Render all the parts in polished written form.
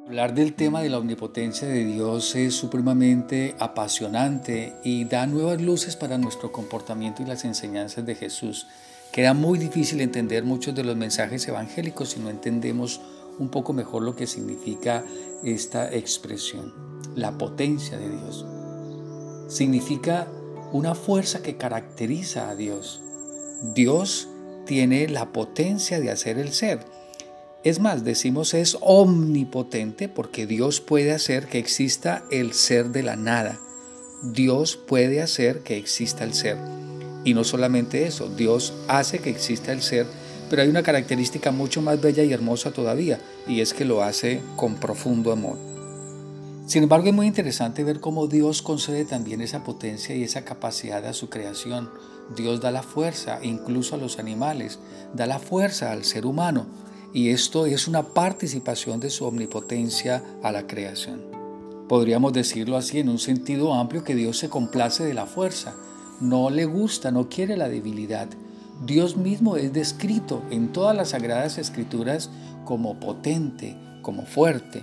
Hablar del tema de la omnipotencia de Dios es supremamente apasionante y da nuevas luces para nuestro comportamiento y las enseñanzas de Jesús. Queda muy difícil entender muchos de los mensajes evangélicos si no entendemos un poco mejor lo que significa esta expresión. La potencia de Dios significa una fuerza que caracteriza a Dios. Dios tiene la potencia de hacer el ser. Es más, decimos es omnipotente porque Dios puede hacer que exista el ser de la nada. Dios puede hacer que exista el ser. Y no solamente eso, Dios hace que exista el ser, pero hay una característica mucho más bella y hermosa todavía, y es que lo hace con profundo amor. Sin embargo, es muy interesante ver cómo Dios concede también esa potencia y esa capacidad a su creación. Dios da la fuerza incluso a los animales, da la fuerza al ser humano. Y esto es una participación de su omnipotencia a la creación. Podríamos decirlo así en un sentido amplio que Dios se complace de la fuerza. No le gusta, no quiere la debilidad. Dios mismo es descrito en todas las sagradas escrituras como potente, como fuerte.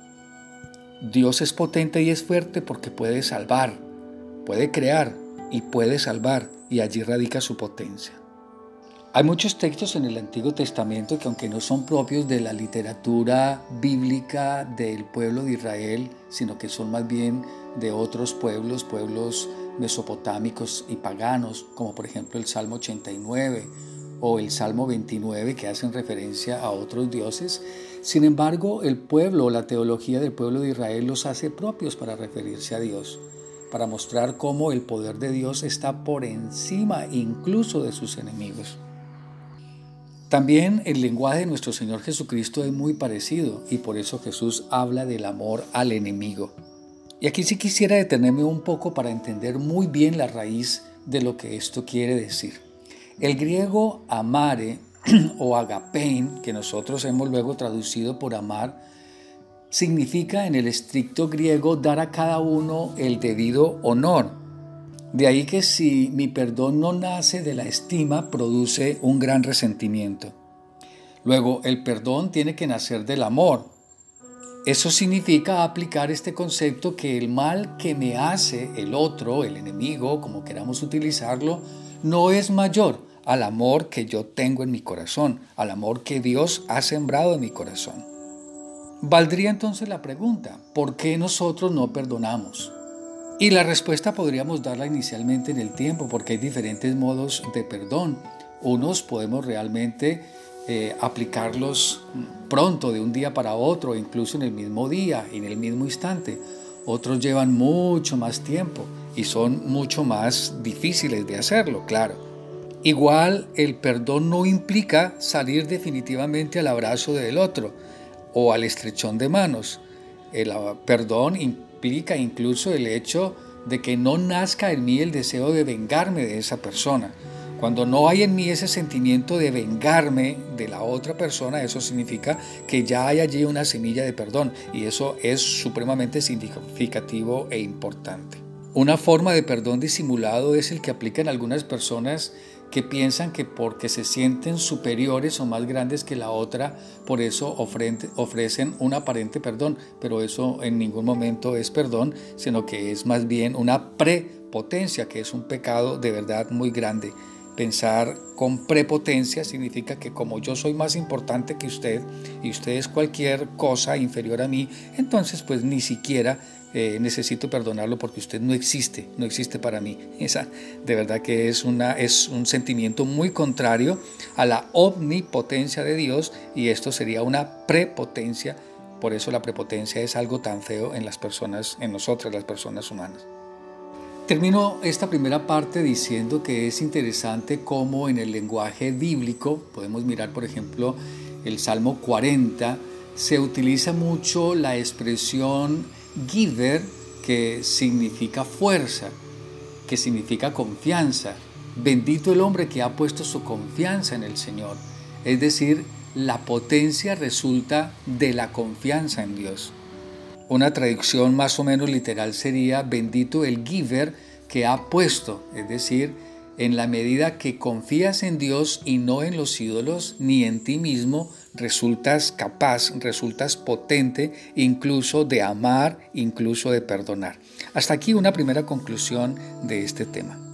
Dios es potente y es fuerte porque puede salvar, puede crear y puede salvar, y allí radica su potencia. Hay muchos textos en el Antiguo Testamento que, aunque no son propios de la literatura bíblica del pueblo de Israel, sino que son más bien de otros pueblos mesopotámicos y paganos, como por ejemplo el Salmo 89 o el Salmo 29, que hacen referencia a otros dioses. Sin embargo, el pueblo o la teología del pueblo de Israel los hace propios para referirse a Dios, para mostrar cómo el poder de Dios está por encima incluso de sus enemigos. También el lenguaje de nuestro Señor Jesucristo es muy parecido y por eso Jesús habla del amor al enemigo. Y aquí sí quisiera detenerme un poco para entender muy bien la raíz de lo que esto quiere decir. El griego amare o agapein, que nosotros hemos luego traducido por amar, significa en el estricto griego dar a cada uno el debido honor. De ahí que si mi perdón no nace de la estima, produce un gran resentimiento. Luego, el perdón tiene que nacer del amor. Eso significa aplicar este concepto que el mal que me hace el otro, el enemigo, como queramos utilizarlo, no es mayor al amor que yo tengo en mi corazón, al amor que Dios ha sembrado en mi corazón. Valdría entonces la pregunta, ¿por qué nosotros no perdonamos? Y la respuesta podríamos darla inicialmente en el tiempo, porque hay diferentes modos de perdón. Unos podemos realmente aplicarlos pronto, de un día para otro, incluso en el mismo día, en el mismo instante. Otros llevan mucho más tiempo y son mucho más difíciles de hacerlo, claro. Igual el perdón no implica salir definitivamente al abrazo del otro o al estrechón de manos. El perdón implica incluso el hecho de que no nazca en mí el deseo de vengarme de esa persona. Cuando no hay en mí ese sentimiento de vengarme de la otra persona, eso significa que ya hay allí una semilla de perdón, y eso es supremamente significativo e importante. Una forma de perdón disimulado es el que aplican algunas personas que piensan que porque se sienten superiores o más grandes que la otra, por eso ofrecen un aparente perdón, pero eso en ningún momento es perdón, sino que es más bien una prepotencia, que es un pecado de verdad muy grande. Pensar con prepotencia significa que como yo soy más importante que usted y usted es cualquier cosa inferior a mí, entonces pues ni siquiera necesito perdonarlo porque usted no existe para mí. Esa de verdad que es un sentimiento muy contrario a la omnipotencia de Dios, y esto sería una prepotencia. Por eso la prepotencia es algo tan feo en las personas, en nosotras las personas humanas. Termino esta primera parte diciendo que es interesante cómo en el lenguaje bíblico, podemos mirar por ejemplo el Salmo 40, se utiliza mucho la expresión giver, que significa fuerza, que significa confianza. Bendito el hombre que ha puesto su confianza en el Señor. Es decir, la potencia resulta de la confianza en Dios. Una traducción más o menos literal sería bendito el giver que ha puesto, es decir, en la medida que confías en Dios y no en los ídolos ni en ti mismo, resultas capaz, resultas potente incluso de amar, incluso de perdonar. Hasta aquí una primera conclusión de este tema.